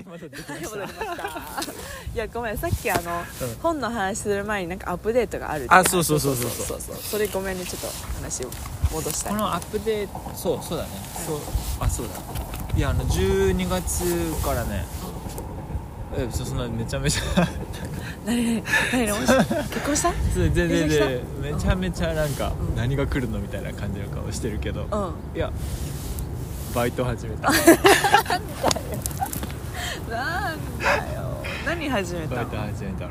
戻ってきまはい、 した戻りましたいやごめん、さっき本の話する前になんかアップデートがあるってあ、そうそうそれごめんね、ちょっと話を戻したい。 このアップデート、そうだね、そうだ、いや12月からね、そんなめちゃめちゃ何結婚した？ 全然めちゃめちゃなんか、何が来るのみたいな感じの顔してるけど、いやバイト始めたなんだよ、何始めたの？ バイト始めたの。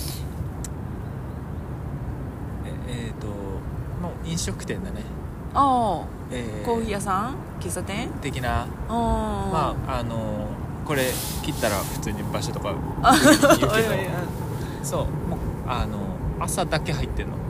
もう飲食店だね。 コーヒー屋さん、喫茶店的な。まあこれ切ったら普通に場所とか言うけどそう、もう朝だけ入ってんの。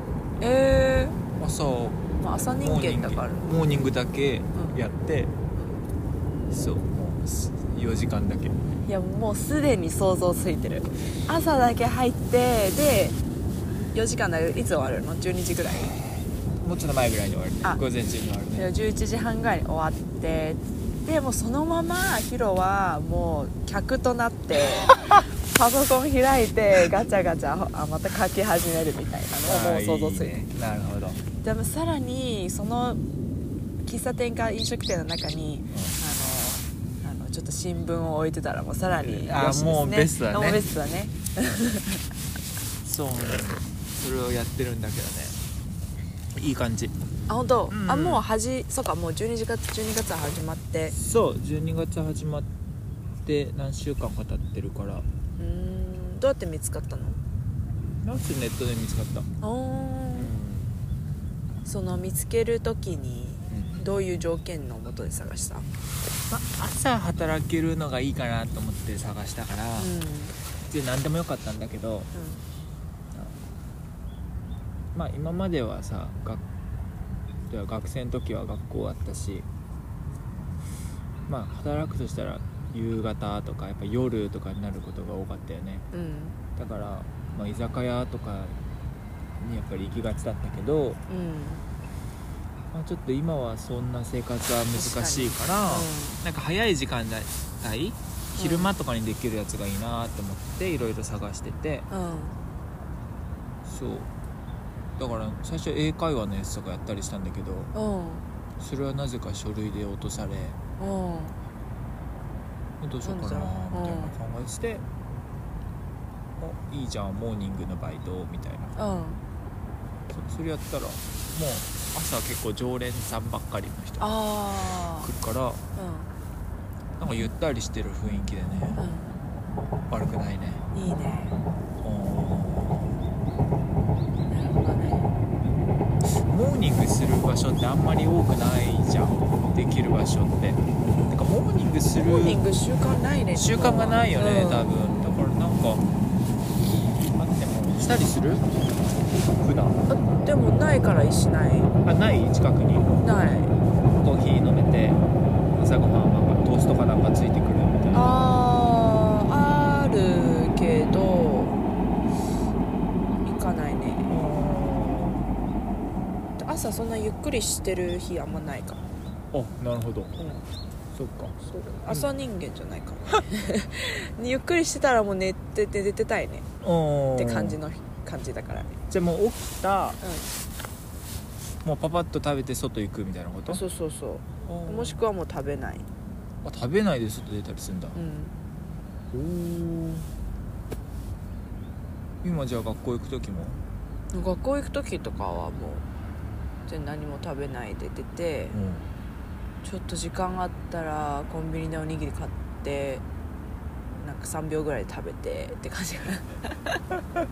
朝人間だからモーニングだけやって、そう、もう4時間だけ。 いやもうすでに想像ついてる。朝だけ入ってで4時間だけど、いつ終わるの？12時ぐらい？ もうちょっと前ぐらいに終わるね。午前中に終わるね。 11時半ぐらいに終わって、でもうそのままヒロはもう客となってパソコン開いてガチャガチャまた書き始めるみたいなのをもう想像ついてる。 いいね、なるほど。 でもさらにその喫茶店か飲食店の中に、ちょっと新聞を置いてたらもうさらによしですね。 もうベストだね。 もうベストだねそう、それをやってるんだけどね、いい感じ。 本当、 うん、 もうそうか、もう12月は始まって、 そう12月始まって何週間か経ってるから。 どうやって見つかったの？ なんせネットで見つかった。 その見つけるときにどういう条件のもとで探した？ 朝働けるのがいいかなと思って探したから、で何でもよかったんだけど、まあ今まではさ、学生の時は学校あったし、まあ働くとしたら夕方とかやっぱ夜とかになることが多かったよね。だから、まあ、居酒屋とかにやっぱり行きがちだったけど、まあ、ちょっと今はそんな生活は難しいから、なんか早い時間帯、昼間とかにできるやつがいいなと思っていろいろ探してて、そうだから最初英会話のやつとかやったりしたんだけど、それはなぜか書類で落とされ、どうしようかなみたいな考えして、いいじゃんモーニングのバイトみたいな、それやったらもう朝結構常連さんばっかりの人が来るから、なんかゆったりしてる雰囲気でね、悪くないね。 いいね。なるほどね。 モーニングする場所ってあんまり多くないじゃん、できる場所って。なんかモーニングする習慣ないね。 習慣がないよね、多分。だからなんかでもしたりする？普段。 でもないからしない。 ない？近くにない。 コーヒー飲めて朝ごはんなんかトーストかなんかついてくるみたいな。 あるけど行かないね。朝そんなゆっくりしてる日あんまないから。 なるほど。そっか。 朝人間じゃないからねゆっくりしてたらもう寝てたいねって感じだからね。 じゃあもう起きた、もうパパッと食べて外行くみたいなこと？ そう。もしくはもう食べない。 食べないで外出たりするんだ。今じゃあ学校行く時も？ 学校行く時とかはもう全然何も食べないで出て、ちょっと時間あったらコンビニでおにぎり買ってなんか3秒ぐらい食べてって感じかな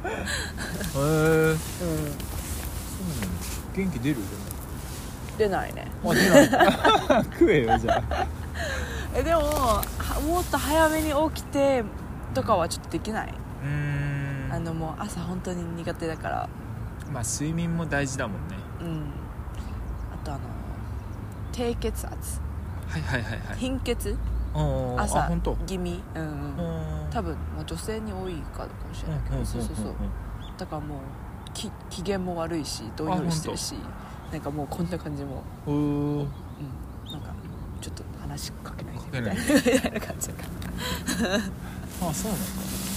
元気出る？ 出ないね。 出ない食えよじゃあでももっと早めに起きてとかはちょっとできない。もう朝本当に苦手だから。 まあ睡眠も大事だもんね。 あと低血圧、貧血、朝気味、多分女性に多いかもしれないけど、そうだからもう機嫌も悪いしどんよりしてるし、なんかもうこんな感じもなんかちょっと話しかけないでみたいな感じだからあ、そうなん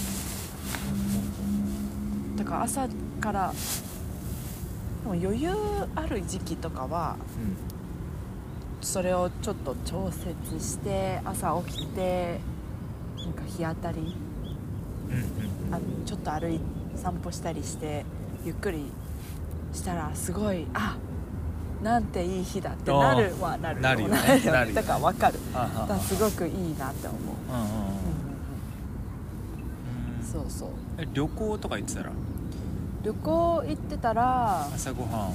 だ。だから朝からでも余裕ある時期とかは、それをちょっと調節して朝起きてなんか日当たり、ちょっと散歩したりしてゆっくりしたらすごいなんていい日だってなるよね。だから分かる。だからすごくいいなって思う。そうそう。 旅行とか行ってたら？ 旅行行ってたら朝ごはん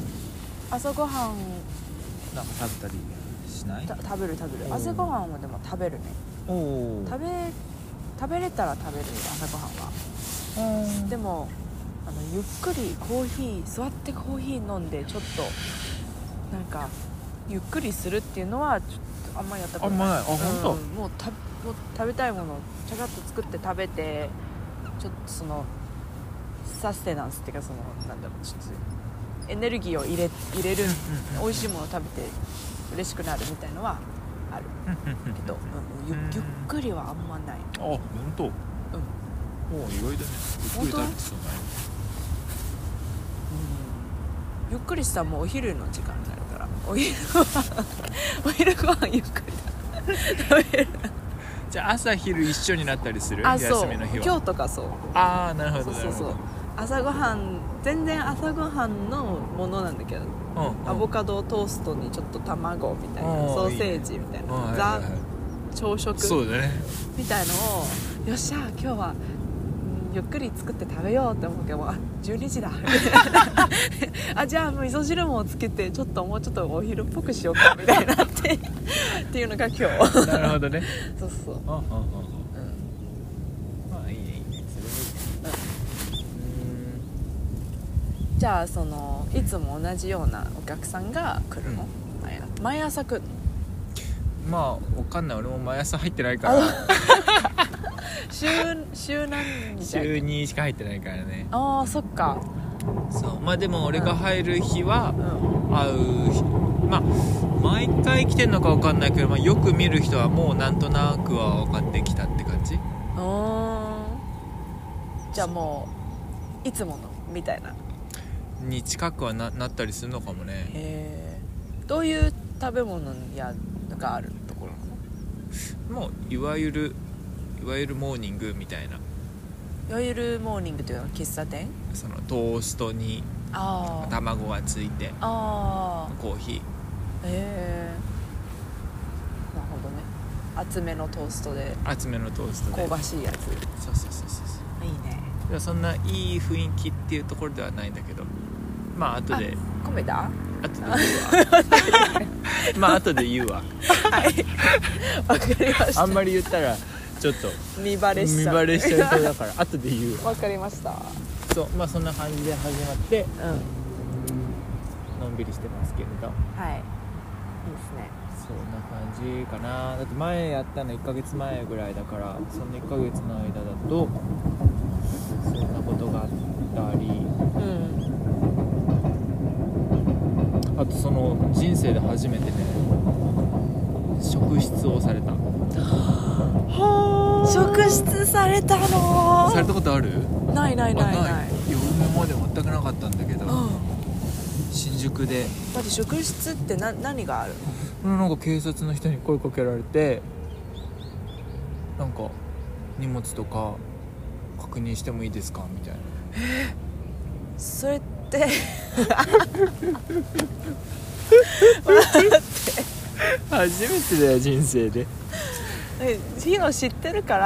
なんか食べたりしない？ 食べる。朝ごはんはでも食べるね。食べれたら食べる朝ごはんは。でもゆっくり座ってコーヒー飲んでちょっとなんかゆっくりするっていうのはちょっとあんまりやったことない。 あんまない。本当？ もう食べたいものをちゃちゃっと作って食べて、ちょっとそのサステナンスっていうか、そのなんだろう、ちょっとエネルギーを入れる、美味しいものを食べて嬉しくなるみたいのはあるけど、ゆっくりはあんまない。 あ、本当？もう意外だね。ゆっくり食べてそうない。 ゆっくりしたらもうお昼の時間になるから、お昼ご飯ゆっくり食べる。 じゃあ朝昼一緒になったりする？休みの日は。 今日とかそう。 なるほど。 そう朝ごはん全然朝ごはんのものなんだけど、アボカドトーストにちょっと卵みたいな、ソーセージみたいな、ザ朝食そうだねみたいのを、よっしゃ今日はゆっくり作って食べようって思うけど、12時だじゃあもう味噌汁もつけてもうちょっとお昼っぽくしようかみたいになってっていうのが今日。 なるほどね。 そうそう。 まあいいねそれもいいね。 じゃあいつも同じようなお客さんが来るの？毎朝来るの？ まあわかんない。俺も毎朝入ってないから週何日？ 週2しか入ってないからね。 ああ、そっか。 そう、まあでも俺が入る日は会う日、まあ毎回来てんのか分かんないけど、よく見る人はもうなんとなくは分かってきたって感じ。 じゃあもういつものみたいなに近くは なったりするのかもね。 どういう食べ物やがあるところなの？ もういわゆるモーニングみたいな。 いわゆるモーニングというのは喫茶店？ そのトーストに卵がついてコーヒー。 なるほどね。厚めのトーストで香ばしいやつ。 そういいね。 そんないい雰囲気っていうところではないんだけど、まあ後で米だ？ 後で言うわまあ後で言うわ。 はい、わかりました。 あんまり言ったらちょっと見バレしちゃう人だから後で言うわ。 わかりました。 そう、まあそんな感じで始まって、のんびりしてますけれど。 はい、いいですね。 そんな感じかな。だって前やったの1ヶ月前ぐらいだから、その1ヶ月の間だとそんなことがあったり、あとその人生で初めてね、職質をされた。 職質されたの？ されたことある？ ない。 いや、俺まで全くなかったんだけど、新宿で。 だって職質って何があるの？なんか警察の人に声かけられて、なんか荷物とか確認してもいいですかみたいな。 それって初めてだよ人生で。 ヒロ知ってるから、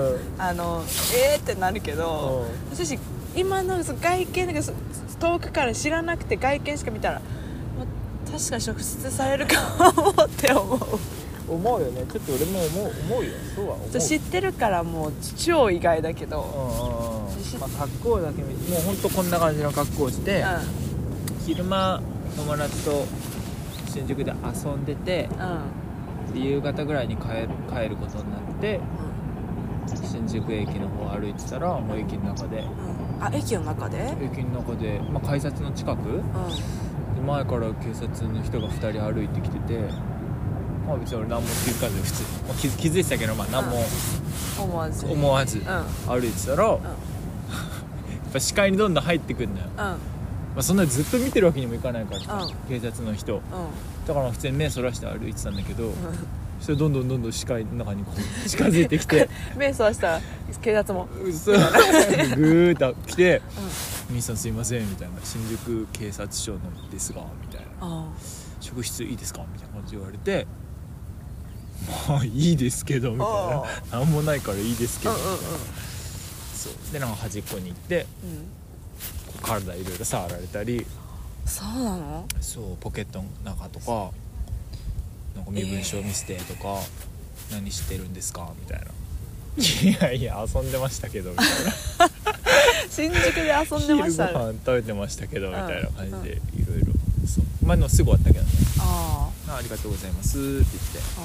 ってなるけど、私今の外見だけど遠くから知らなくて外見しか見たら、確かに職質されるかもって思うよね。ちょっと俺も思うよ。そうは思う。 知ってるからもう超意外だけど、 格好だけ見て、もうほんとこんな感じの格好をして、昼間友達と新宿で遊んでて、で夕方ぐらいに帰ることになって、新宿駅の方歩いてたら、もう駅の中で、 駅の中で、 改札の近く、で前から警察の人が2人歩いてきてて、 まあ別に俺何も気づかず普通に、気づいてたけど、まあ何も思わず歩いてたら、やっぱ視界にどんどん入ってくんだよ、まあ、そんなずっと見てるわけにもいかないからさ、警察の人、だから普通に目そらして歩いてたんだけど、それどんどん視界の中にこう近づいてきて目そらしたら警察もぐーっと来て「ミーさんすいません」みたいな「新宿警察署のですが」みたいな「職質いいですか?」みたいな感じで言われて「まあいいですけど」みたいな「なんもないからいいですけど」みたいな、そうでなんか端っこに行って、体いろいろ触られたり。 そうなの？ そうポケットの中とかなんか身分証見せてとか、何してるんですかみたいな、いや遊んでましたけどみたいな新宿で遊んでました、 昼ご飯食べてましたけどみたいな感じでいろいろ、そうまあでもすぐ終わったけどね、ありがとうございますって言って、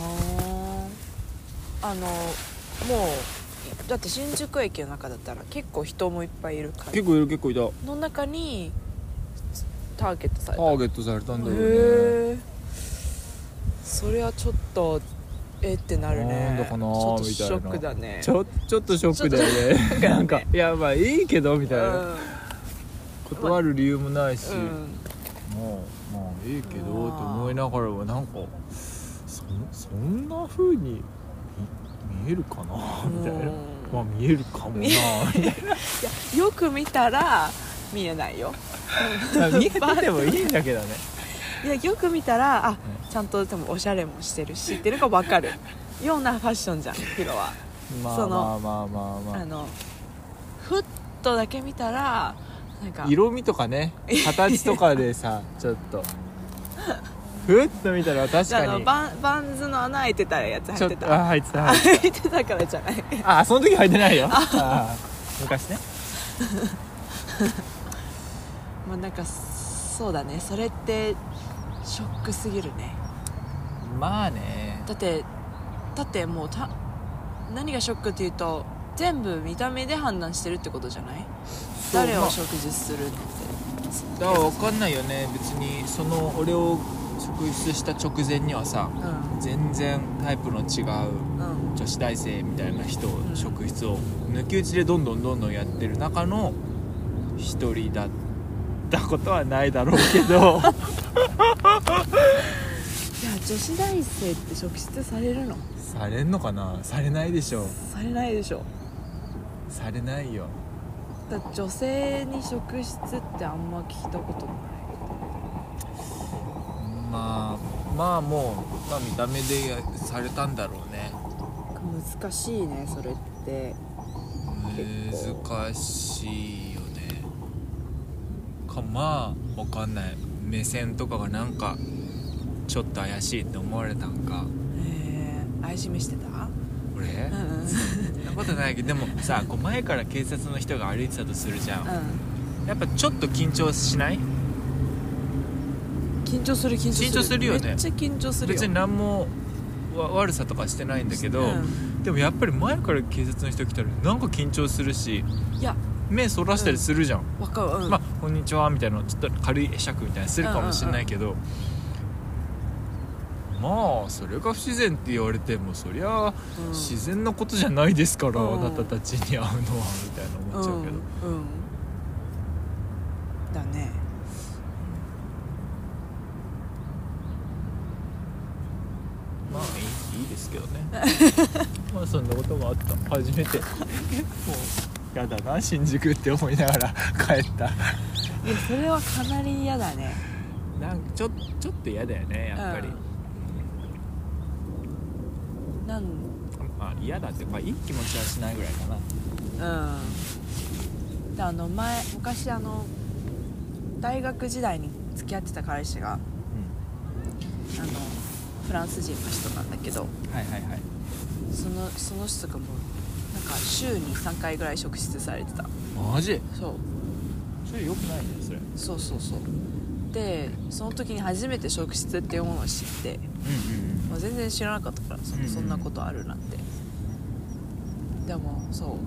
もうだって新宿駅の中だったら結構人もいっぱいいるから、 結構いたの中にターゲットされたんだよね。 それはちょっとってなるね。 なんだかなーみたいな。 ちょっとショックだね。 ちょっとショックだよね。なんかいやまあいいけどみたいな、断る理由もないし、まあいいけどと思いながらもなんかそんな風に見えるかなみたいな、まあ見えるかもなみたいな。いやよく見たら見えないよ。 見えてもいいんだけどね。 いやよく見たらちゃんとでもおしゃれもしてるしっていうのが分かるようなファッションじゃんヒロは。 まあふっとだけ見たらなんか色味とかね形とかでさちょっとふっと見たら確かにバンズの穴開いてたやつ入ってた。 入ってたからじゃない。 その時入ってないよ。昔ね。 まあなんかそうだね、それってショックすぎるね。 まあね、 だってもう何がショックっていうと全部見た目で判断してるってことじゃない？誰を食事するのってだから分かんないよね。別にその俺を職質した直前にはさ、全然タイプの違う女子大生みたいな人を職質を抜き打ちでどんどんやってる中の一人だったことはないだろうけどいや女子大生って職質されるの？ されんのかな。されないでしょ。 されないでしょ。 されないよ。 だって女性に職質ってあんま聞いたことない。 まあもう、見た目でされたんだろうね。 難しいねそれって。 難しいよね。まあわかんない。目線とかがなんかちょっと怪しいって思われたんか。 怪しめしてた？ 俺？そんなことないけど、でもさこう前から警察の人が歩いてたとするじゃん、やっぱちょっと緊張しない？ 緊張するよね。めっちゃ緊張するよ。 別に何も悪さとかしてないんだけど、でもやっぱり前から警察の人来たらなんか緊張するし、 いや目そらしたりするじゃん、 わかる、 まあこんにちはみたいなちょっと軽い会釈みたいなするかもしれないけど、まあそれが不自然って言われてもそりゃ自然なことじゃないですから、あなたたちに会うのはみたいな思っちゃうけど、 だね。 まあいいですけどねまあそんなこともあった。初めてもうやだな新宿って思いながら帰った。いやそれはかなり嫌だね。 なんかちょっと嫌だよねやっぱり、嫌だっていい気持ちはしないぐらいかな。 で昔大学時代に付き合ってた彼氏が、フランス人の人なんだけど、その人がもうなんか週に3回ぐらい職質されてた。 マジ？ そう。 それ良くないねそれ。 そうでその時に初めて職質っていうものを知って、もう全然知らなかったからそんなことあるなんて。でも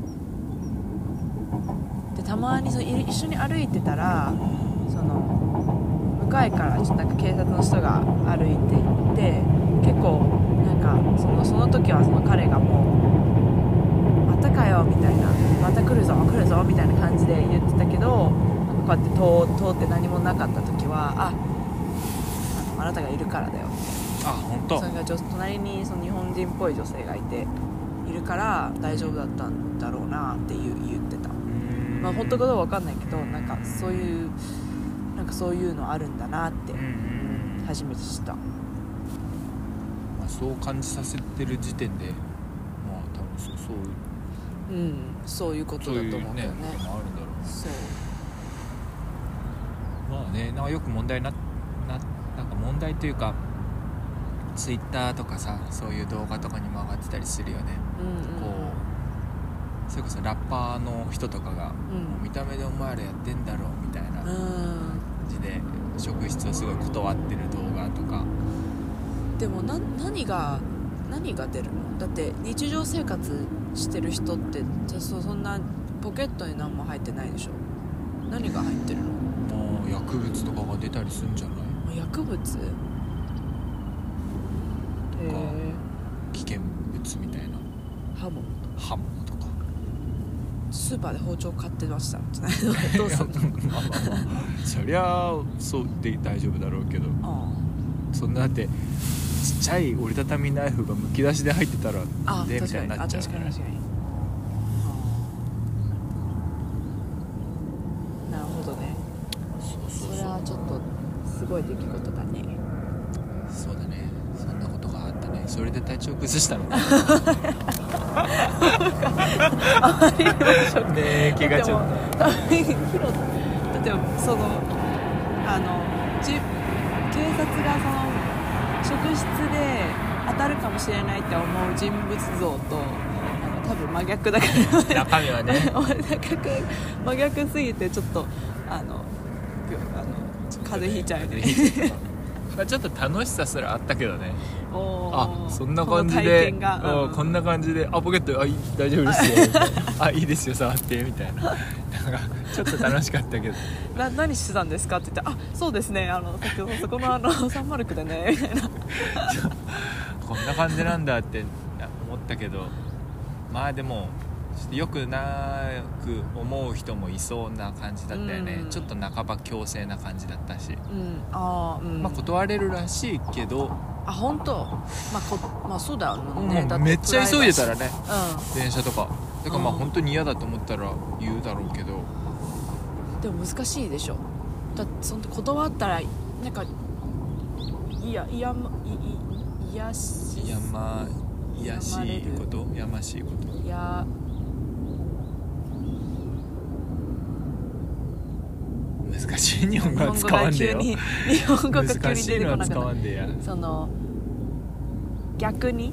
そうでたまに一緒に歩いてたら向かいからちょっとなんか警察の人が歩いていって結構なんかその時はその彼がもうまたかよみたいな、また来るぞみたいな感じで言ってたけど、こうやって通って何もなかった時はあなたがいるからだよみたいな。 本当。 それが隣にその日本人っぽい女性がいるから大丈夫だったんだろうなって言ってた。まあ本当かどうか分かんないけど、なんかそういうのあるんだなって初めて知った。 そう感じさせてる時点で、まあ多分そういうことだと思うんだよね。 こともあるんだろうね。 そう。 まあね、なんかよく問題なんか問題というか、ツイッターとかさ、そういう動画とかにも上がってたりするよね。こうそれこそラッパーの人とかが、見た目でお前らやってんだろうみたいな感じで職質をすごい断ってる動画とか。 でも何が出るの？だって日常生活してる人ってそんなポケットに何も入ってないでしょ。何が入ってるの？ 薬物とかが出たりするんじゃない？ 薬物？ 危険物みたいな。 刃物とか。 スーパーで包丁買ってましたじゃないどうすんの？ そりゃそうで大丈夫だろうけど、そんなだってちっちゃい折りたたみナイフがむき出しで入ってたらみたいになっちゃう。 確かになるほどね。それはちょっとすごい出来事だね。 そうだね、そんなことがあったね。それで体調崩したのね。 あまりにもショックね。気がちょっとだってその警察がその職質で当たるかもしれないって思う人物像と多分真逆だから中身はね真逆すぎてちょっと風邪ひいちゃうよね。 まあちょっと楽しさすらあったけどね。そんな感じでこんな感じでポケット大丈夫ですよいいですよ触ってみたいな。なんかちょっと楽しかったけど何してたんですかって言ってそうですね先ほどそこの309でねみたいなこんな感じなんだって思ったけど、まあでもよくなく思う人もいそうな感じだったよね。ちょっと半ば強制な感じだったし、まあ断れるらしいけど。 本当？まあそうだよね。 もうめっちゃ急いでたらね、電車とかだからまあ本当に嫌だと思ったら言うだろうけど、 でも難しいでしょ。だってその断ったらなんかやましいこと難しい日本語は使わんでよ。 日本語が急に出てこなかった。その逆に、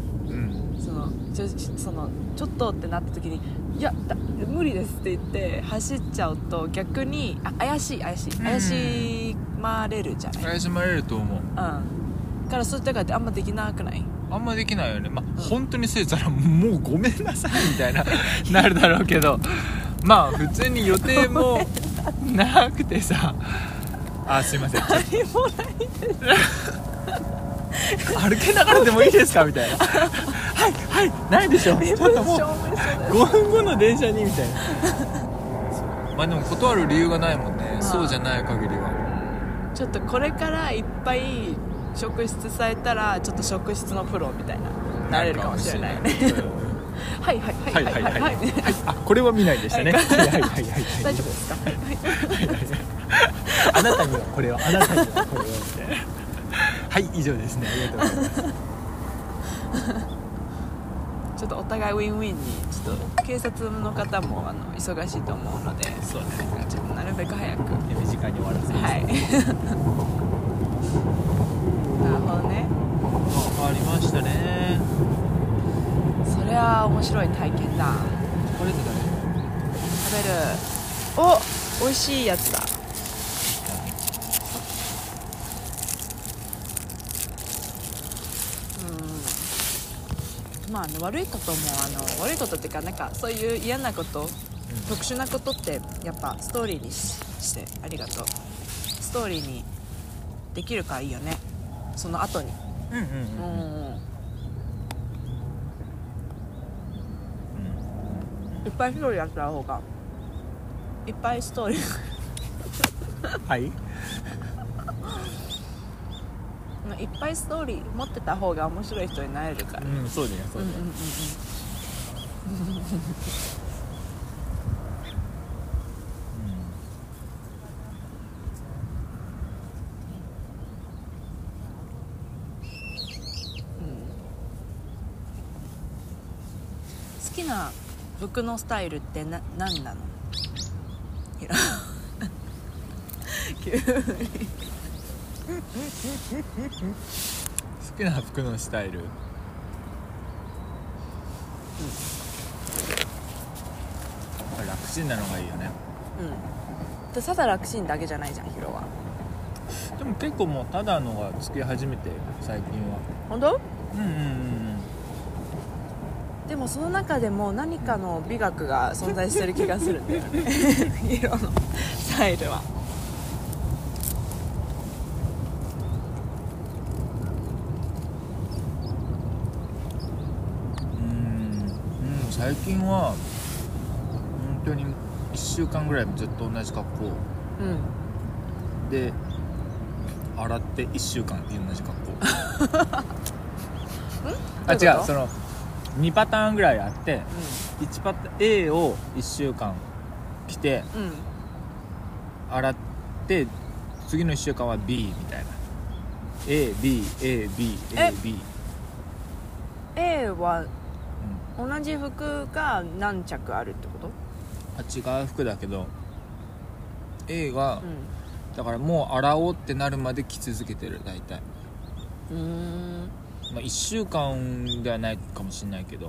ちょっとってなった時にいや無理ですって言って走っちゃうと逆に怪しまれるじゃない。 怪しまれると思う。 からそういったからってあんまできなくない？ あんまできないよね。本当にせいたらもうごめんなさいみたいななるだろうけど、まあ普通に予定もなくてさすいません何もないです歩けながらでもいいですかみたいなはいないでしょ、ちょっともう5分後の電車にみたいな。まあでも断る理由がないもんね。そうじゃない限りは。 ちょっとこれからいっぱい職質されたらちょっと職質のプロみたいなれるかもしれないね。はいこれは見ないでしたね。大丈夫ですか？ あなたにはこれを、あなたにはこれをみたいな。はい以上ですね、ありがとうございます。 ちょっとお互いウィンウィンに、ちょっと警察の方も忙しいと思うので、 そうね、 ちょっとなるべく早く短いに終わらせます。 はいなるほどね。 ありましたね。 それは面白い体験だ。 これで誰？ 食べる。美味しいやつだ。まあ悪いことも悪いことっていうか、なんかそういう嫌なこと、特殊なことってやっぱストーリーにしてありがとう。ストーリーにできるからいいよね。その後にいっぱいストーリーやった方がいっぱいストーリーはいいっぱいストーリー持ってた方が面白い人になれるから。 そうだよそうだよ。 好きな服のスタイルって何なの？急に好きな服のスタイル、楽ちんなのがいいよね。 でただ楽ちんだけじゃないじゃんヒロは。 でも結構もうただのがつけ始めて最近は。 本当？でもその中でも何かの美学が存在してる気がするんだよねヒロのスタイルは。 最近は本当に1週間ぐらいずっと同じ格好、で洗って1週間同じ格好違う、その2パターンぐらいあって、1パターン A を1週間着て、洗って次の1週間は B みたいな ABABAB A は同じ服が何着あるってこと？ 違う服だけど A が、だからもう洗おうってなるまで着続けてる大体。1週間ではないかもしれないけど。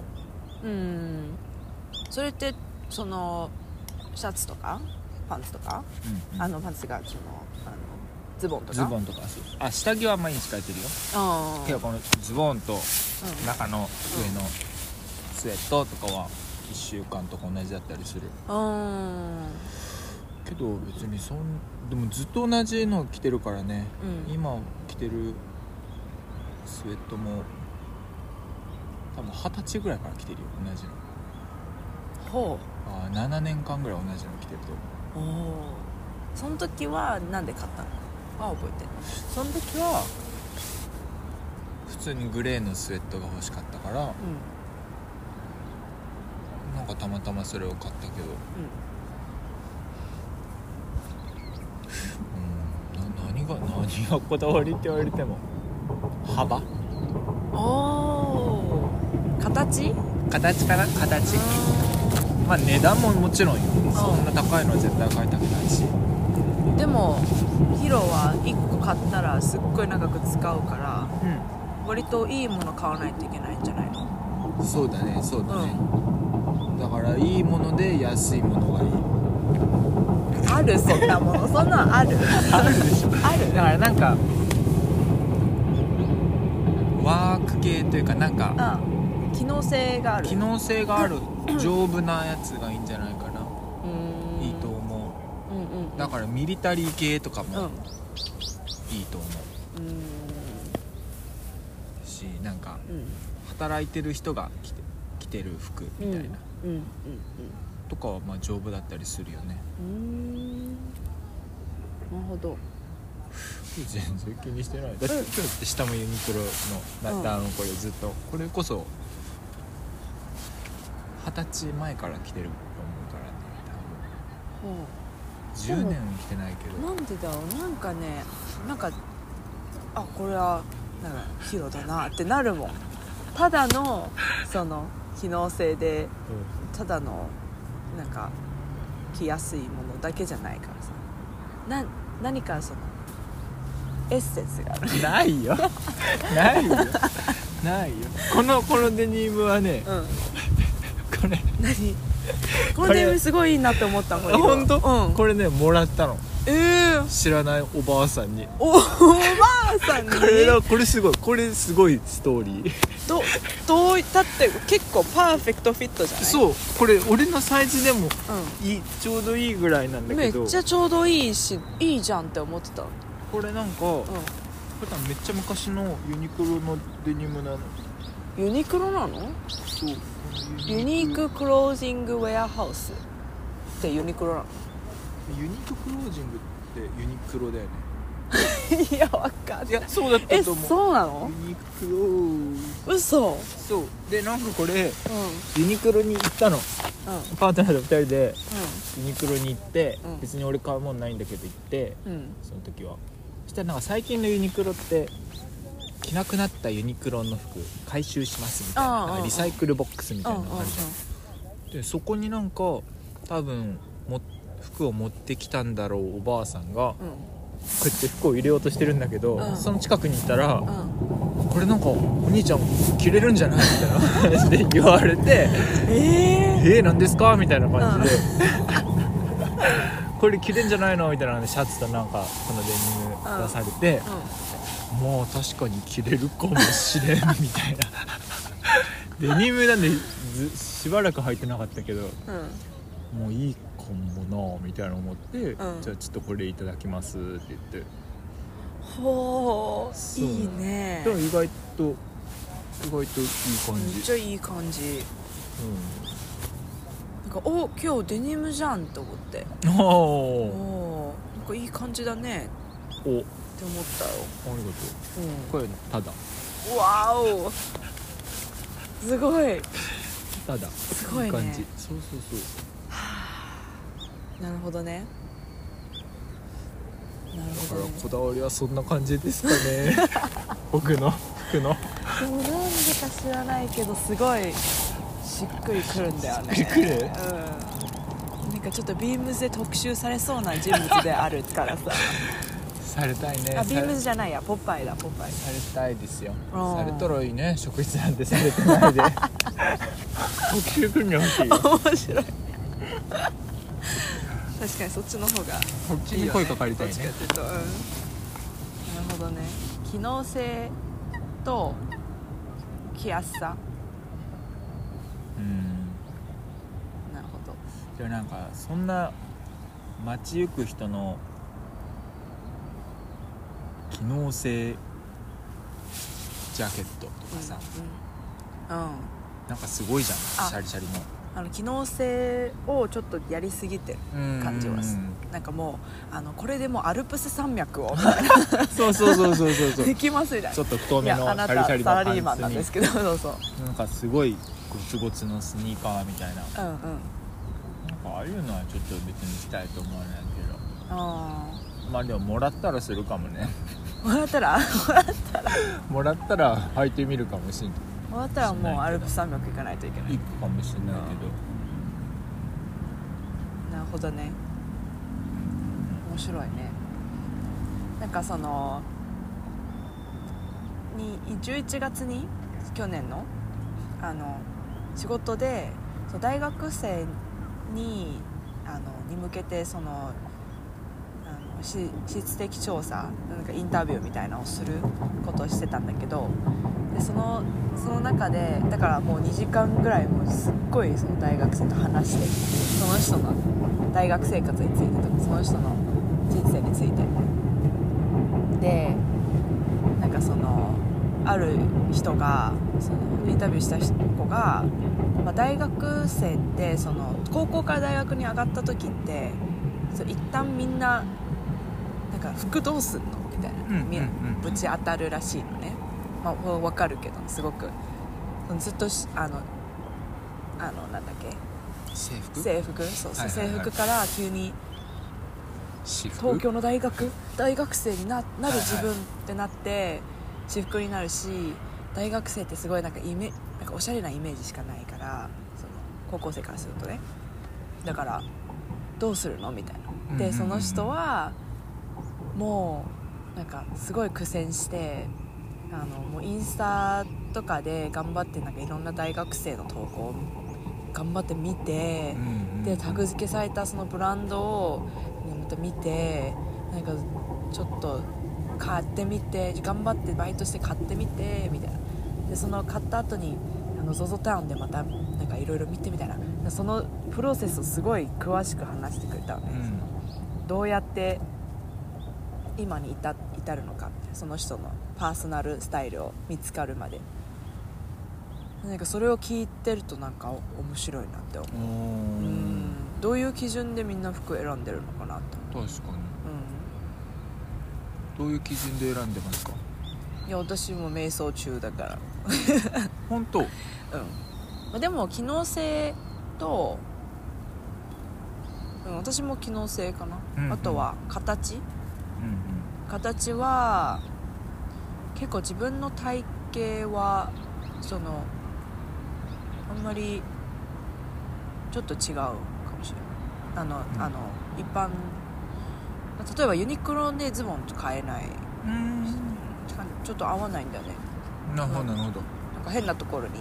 それってそのシャツとかパンツとか、パンツがズボンとか下着は毎日変えてるよ。けどこのズボンと中の上のスウェットとかは1週間とか同じだったりする。けど別にでもずっと同じの着てるからね、今着てるスウェットも多分20歳ぐらいから着てるよ同じの。7年間ぐらい同じの着てると思う。 その時はなんで買ったの？覚えてる。 その時は普通にグレーのスウェットが欲しかったから、なんかたまたまそれを買ったけど、何がこだわりって言われても幅？形かな？形。値段ももちろんよ。そんな高いのは絶対買いたくないし。 でもヒロは1個買ったらすっごい長く使うから、割といいもの買わないといけないんじゃないの？ そうだね、だからいいもので安いものがいい。 ある？そんなものそんなのある？ あるでしょ。 ある？ だからなんかワーク系というかなんか機能性がある丈夫なやつがいいんじゃないかな。いいと思う。だからミリタリー系とかもいいと思うし、なんか働いてる人が着てる服みたいなとかは丈夫だったりするよね。 なるほど。 全然気にしてない。だって今日下もユニクロのこれずっとこれこそ20歳前から着てると思うからね。多分10年着てないけど。 なんでだろう。これはなんかヒロだなってなるもん。ただのその機能性で、ただのなんか着やすいものだけじゃないからさ。何かそのエッセンスがある。 ないよこのデニムはね、これこのデニムすごいいいなって思ったもん。 本当？これねもらったの。知らないおばあさんに。 おばあさんにこれすごいストーリー。 だって結構パーフェクトフィットじゃない？ そう、これ俺のサイズでもちょうどいいぐらいなんだけど。 めっちゃちょうどいいし、いいじゃんって思ってた。 これなんか、 これめっちゃ昔のユニクロのデニムなの。 ユニクロなの？ そう、 ユニーククロージングウェアハウスってユニクロなの？ ユニーククロージングってユニクロだよね。 いやわかんない。 いやそうだったと思う。 そうなの？ ユニクロ。 嘘。 そうでなんかこれ、ユニクロに行ったの、パートナーと2人でユニクロに行って、別に俺買うもんないんだけど行って、その時はそしたらなんか最近のユニクロって着なくなったユニクロの服回収しますみたいな、なんかリサイクルボックスみたいなのがあるじゃん。でそこになんか多分服を持ってきたんだろうおばあさんが、こうやって服を入れようとしてるんだけど、その近くにいたら、これなんかお兄ちゃん着れるんじゃないみたいな感じで言われて何ですかみたいな感じでこれ着れんじゃないのみたいなのでシャツとなんかこのデニム出されて、もう確かに着れるかもしれんみたいなデニムなんでしばらく履いてなかったけど、もういいかもなみたいな思って、じゃあちょっとこれいただきますって言って、 ほーいいね。 でも意外といい感じ。 めっちゃいい感じ。なんか今日デニムじゃんと思って、なんかいい感じだねって思ったよ。 ありがとう。これただ。 わおすごい。 ただすごいね。 いい感じ。そうなるほどね。 だからこだわりはそんな感じですかね僕の服の。でもなんでか知らないけどすごいしっくりくるんだよね。 しっくりくる？ なんかちょっとビームズで特集されそうな人物であるからさされたいね。 ビームズじゃないや、ポッパイだ、ポッパイ。 されたいですよ。されたらいいね。職質なんてされてないで特集組んでほしいよ。 面白い確かにそっちの方がこっちに声かかりたいね。 どっちかっていうと、なるほどね。機能性と着やすさ。なるほど。 でもなんかそんな街行く人の機能性ジャケットとかさ、なんかすごいじゃん、シャリシャリの。 機能性をちょっとやりすぎてる感じはする。なんかもうこれでもうアルプス山脈をみたいなそうできますみたいな。 ちょっと太めのシャリシャリのパンツに。 あなたサラリーマンなんですけどなんかすごいゴツゴツのスニーカーみたいな、なんかああいうのはちょっと別にしたいと思わないけど、まあでももらったらするかもねもらったら履いてみるかもしれない。 もらったらもうアルプス山脈行かないといけない。 行くかもしれないけど。 なるほどね。面白いね。なんかその11月に去年の仕事で大学生に向けて質的調査なんかインタビューみたいなのをすることをしてたんだけど、でその中でだからもう2時間ぐらいもうすっごいその大学生と話して、その人の大学生活についてとかその人の人生についてで、なんかある人がインタビューした子が、大学生って高校から大学に上がった時って一旦みんななんか服どうすんのみたいな、ぶち当たるらしいのね。分かるけどすごくずっとなんだっけ、制服制服から急に東京の大学生になる自分ってなって私服になるし、大学生ってすごいなんかおしゃれなイメージしかないから、高校生からするとね。だからどうするのみたいな。でその人はもうなんかすごい苦戦してもうインスタとかで頑張ってなんかいろんな大学生の投稿を頑張って見て、でタグ付けされたそのブランドをまた見て、なんかちょっと買ってみて、頑張ってバイトして買ってみてみたいな。でその買った後にZOZO タウンでまたなんかいろいろ見てみたいな、そのプロセスをすごい詳しく話してくれたのね。どうやって今に至るのか、その人のパーソナルスタイルを見つかるまで。なんかそれを聞いてるとなんか面白いなって思う。どういう基準でみんな服選んでるのかなって。 確かに、どういう基準で選んでますか？ いや、私も瞑想中だから本当？ でも機能性と、私も機能性かな、あとは形、形は結構自分の体型はそのあんまりちょっと違うかもしれない。一般、例えばユニクロでズボン買えない、ちょっと合わないんだよね。 なるほどなるほど。 なんか変なところに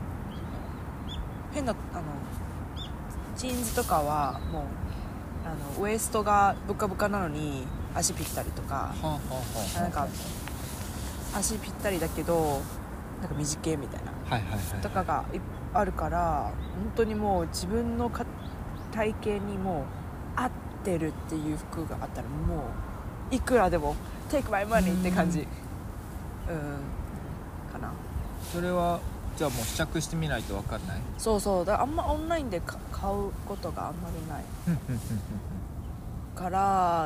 ジーンズとかはもうウエストがブカブカなのに足ぴったりとか、なんか足ぴったりだけどなんか短いみたいな、とかがあるから、本当にもう自分の体型にもう合ってるっていう服があったらもういくらでも Take my money って感じかな。 それはじゃあもう試着してみないと分かんない？ そうだ、あんまオンラインで買うことがあんまりないから、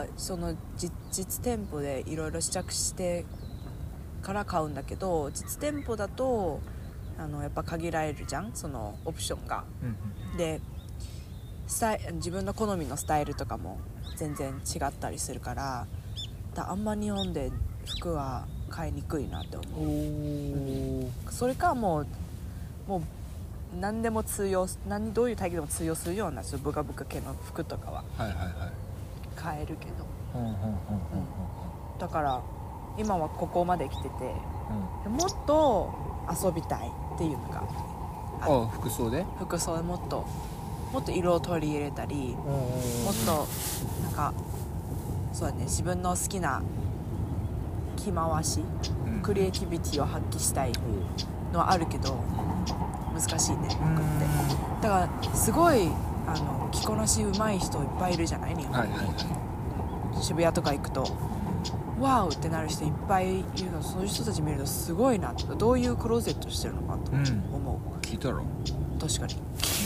その実店舗でいろいろ試着してから買うんだけど、実店舗だとやっぱ限られるじゃん、そのオプションが、で自分の好みのスタイルとかも全然違ったりするから、あんま日本で服は買いにくいなって思う。それかもう何でも通用、どういう体型でも通用するようなちょっとブカブカ系の服とかは買えるけど、だから今はここまで来てて、もっと遊びたいっていうのが服装でもっと色を取り入れたり、もっとなんかそうだね、自分の好きな着回し、クリエイティビティを発揮したいのはあるけど難しいね、服って。だからすごい着こなし上手い人いっぱいいるじゃない、日本に。渋谷とか行くとワーってなる人いっぱいいるの。そういう人たち見るとすごいな、どういうクローゼットしてるのかと思う。 聞いたろ？確かに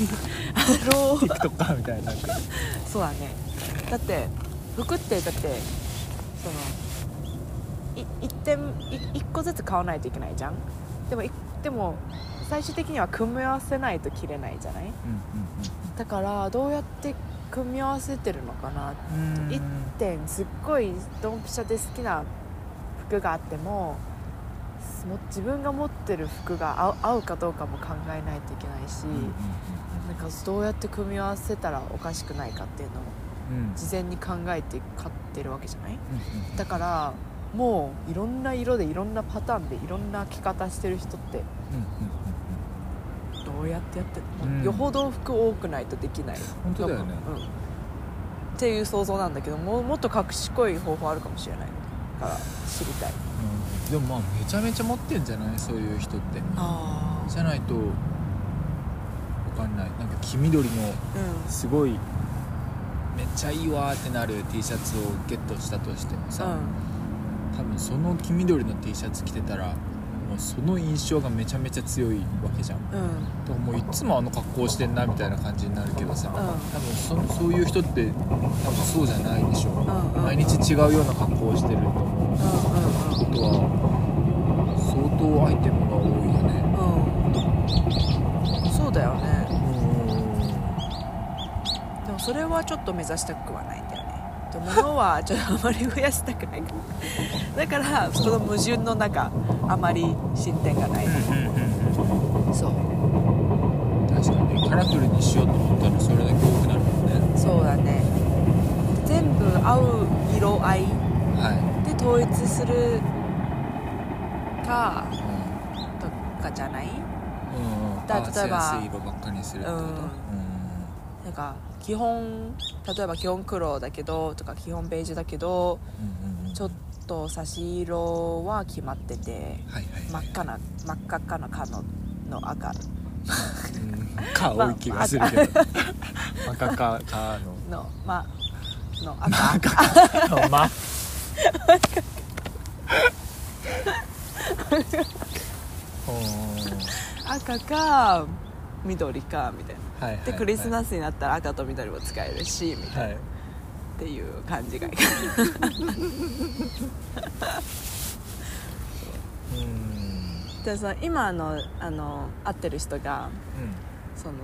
TikToker みたいな。 そうだね。だって服ってその一個ずつ買わないといけないじゃん。でも最終的には組み合わせないと着れないじゃない、だからどうやって組み合わせてるのかなって。一点すっごいドンピシャで好きな服があっても自分が持ってる服が合うかどうかも考えないといけないし、なんかどうやって組み合わせたらおかしくないかっていうのを事前に考えて買ってるわけじゃない、だからもういろんな色でいろんなパターンでいろんな着方してる人ってどうやってやってるの、よほど服多くないとできない。 本当だよね、 っていう想像なんだけど、もっと賢い方法あるかもしれないから知りたい、 でもまあめちゃめちゃ持ってんじゃない、そういう人って。じゃないと分かんない。なんか黄緑のすごいめっちゃいいわってなる T シャツをゲットしたとしてもさ、多分その黄緑の T シャツ着てたらもうその印象がめちゃめちゃ強いわけじゃん、だからもういつも格好してんなみたいな感じになるけどさ、多分そういう人って多分そうじゃないでしょ、毎日違うような格好をしてると思う、ってことは相当アイテムが多いよね。 そうだよね。でもそれはちょっと目指したくはないんだよね。物はちょっとあまり増やしたくないだからその矛盾の中あまり進展がない、そう確かにカラフルにしようと思ったらそれだけ多くなるもんね。 そうだね。全部合う色合いで統一するか、とかじゃない、 だ例えば合わせやすい色ばっかりにするってこと、 なんか基本例えば基本黒だけどとか基本ベージュだけど、ちょっと差し色は決まってて、真っ赤かなの赤多い気がするけど真っ赤かの赤赤か緑かみたいな、 はいはいはい、 でクリスマスになったら赤と緑も使えるしみたいな、はい、っていう感じがいいかなでさ今会ってる人が、その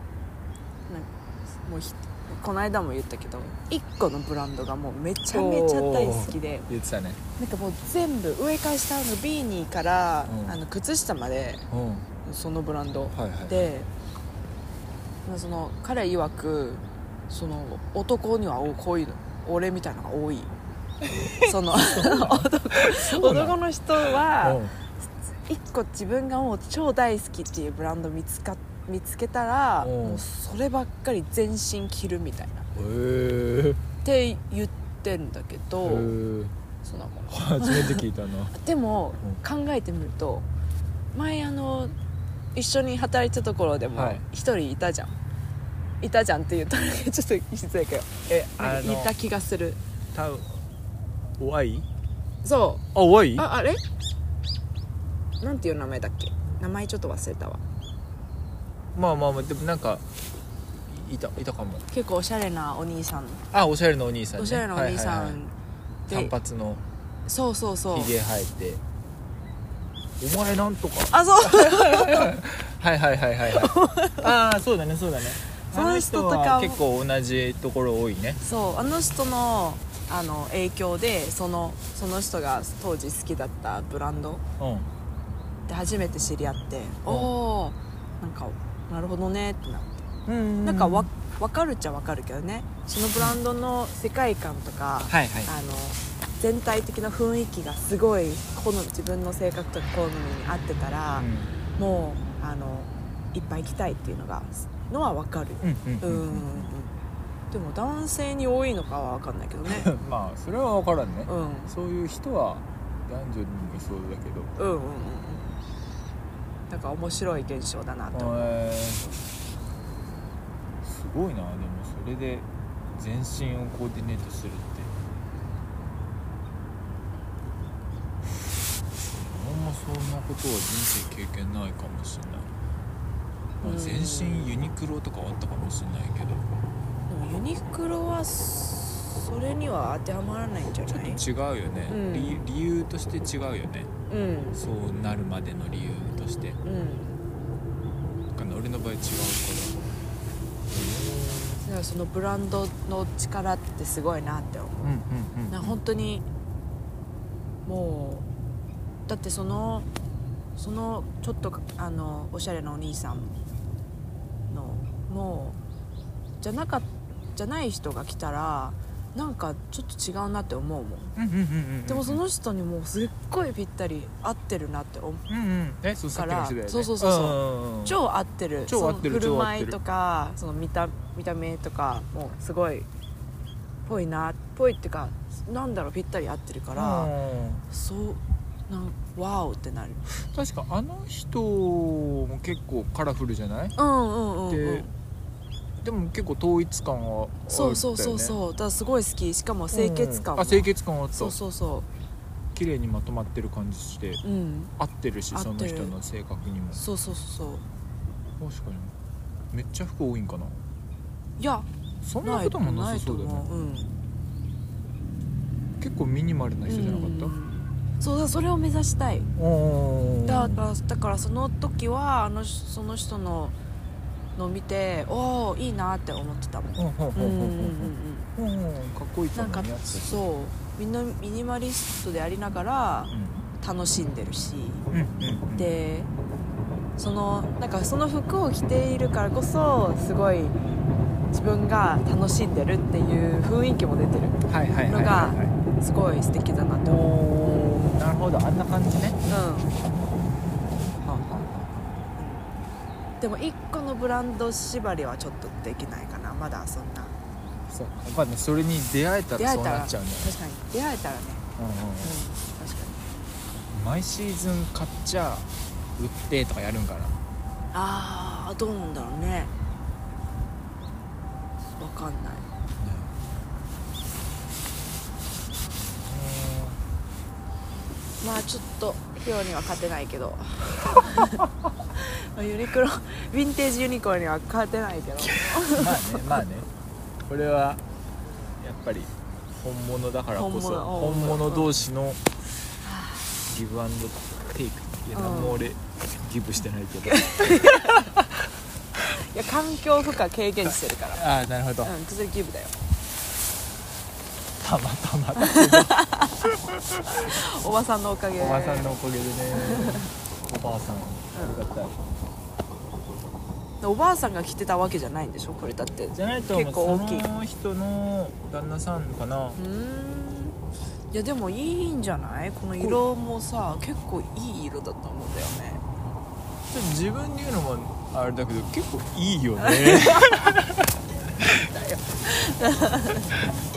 もうこの間も言ったけど1個のブランドがもうめちゃめちゃ大好きで、 言ってたね、 なんかもう全部上から下のビーニーから、靴下まで、そのブランド、はいはい、でその彼曰くその男にはこういうの俺みたいなのが多いその男の人は1個自分がもう超大好きっていうブランド見つけたらもうそればっかり全身着るみたいなって言ってんだけど、その初めて聞いたなでも考えてみると前一緒に働いてたところでも一人いたじゃん、いたじゃんって言ったらちょっと失礼かよ、いた気がする。 おわい？ そう。 おわい？ あれ？なんていう名前だっけ？名前ちょっと忘れたわ。 まあでもなんかいたかも。 結構おしゃれなお兄さん。 あ、おしゃれなお兄さんね。 おしゃれなお兄さん、はいはいはい、 短髪のそうひげ生えて、お前なんとか、 あ、そうはいああ、そうだねその人とか結構同じところ多いね。 そう、あの人の影響でその人が当時好きだったブランドで初めて知り合って、おー、なんかなるほどねってなって、なんか分かるっちゃ分かるけどね、そのブランドの世界観とか、はいはい、全体的な雰囲気がすごい自分の性格とか好みに合ってたら、もういっぱい行きたいっていうのは分かる。でも男性に多いのかは分かんないけどねまあそれは分からんね、そういう人は男女にもそうだけど、なんか面白い現象だなと思う。 すごいな。でもそれで全身をコーディネートするってほんまそんなことは人生経験ないかもしれない、全身ユニクロとかはあったかもしれないけど、 でもユニクロはそれには当てはまらないんじゃない？ ちょっと違うよね、理由として違うよね、そうなるまでの理由として、俺の場合違うから、 だからそのブランドの力ってすごいなって思う。本当にもうだってそのちょっとおしゃれなお兄さんのもうじゃない人が来たらなんかちょっと違うなって思うもん。でもその人にもうすっごいぴったり合ってるなって思うから、 そう超合ってる。その振る舞いとかその見た目とかもうすごいぽいっていうか、なんだろう、ぴったり合ってるから、ワオってなる。 確かあの人も結構カラフルじゃない？でも結構統一感はあったよね。 そうだからすごい好き。しかも清潔感も、 清潔感はあった。 そう綺麗にまとまってる感じして、合ってるし、その人の性格にも。そう確かにめっちゃ服多いんかな。 いやそんなこともなさそうだよね。結構ミニマルな人じゃなかった？ そうそれを目指したい。だからその時はその人の見ていいなって思ってたもん。かっこいいと思う。 そうみんなミニマリストでありながら楽しんでるし、でなんかその服を着ているからこそすごい自分が楽しんでるっていう雰囲気も出てるのがすごい素敵だなと思う。 なるほど、あんな感じね。 でも1個のブランド縛りはちょっとできないかな、まだそんな。 そうやっぱね、それに出会えたらそうなっちゃうね。 確かに出会えたらね、確かに毎シーズン買っちゃ売ってとかやるんかな。 どうなんだろうね、分かんない。 まあちょっとヒロには勝てないけどユニクロヴィンテージユニクロには勝てないけどまあねこれはやっぱり本物だからこそ本物同士のギブアンドテイク。いや、何も俺ギブしてないけどいや環境負荷経験してるから。 ああなるほど。 それギブだよ。 たまたまだおばさんのおかげ。 おばさんのおかげでねおばあさんありがたい。 おばあさんが着てたわけじゃないんでしょこれ。だってじゃないと思う。 結構大きい。 その人の旦那さんかな。 いやでもいいんじゃない。この色もさ結構いい色だと思うんだよね。 ちょっと自分で言うのもあれだけど結構いいよね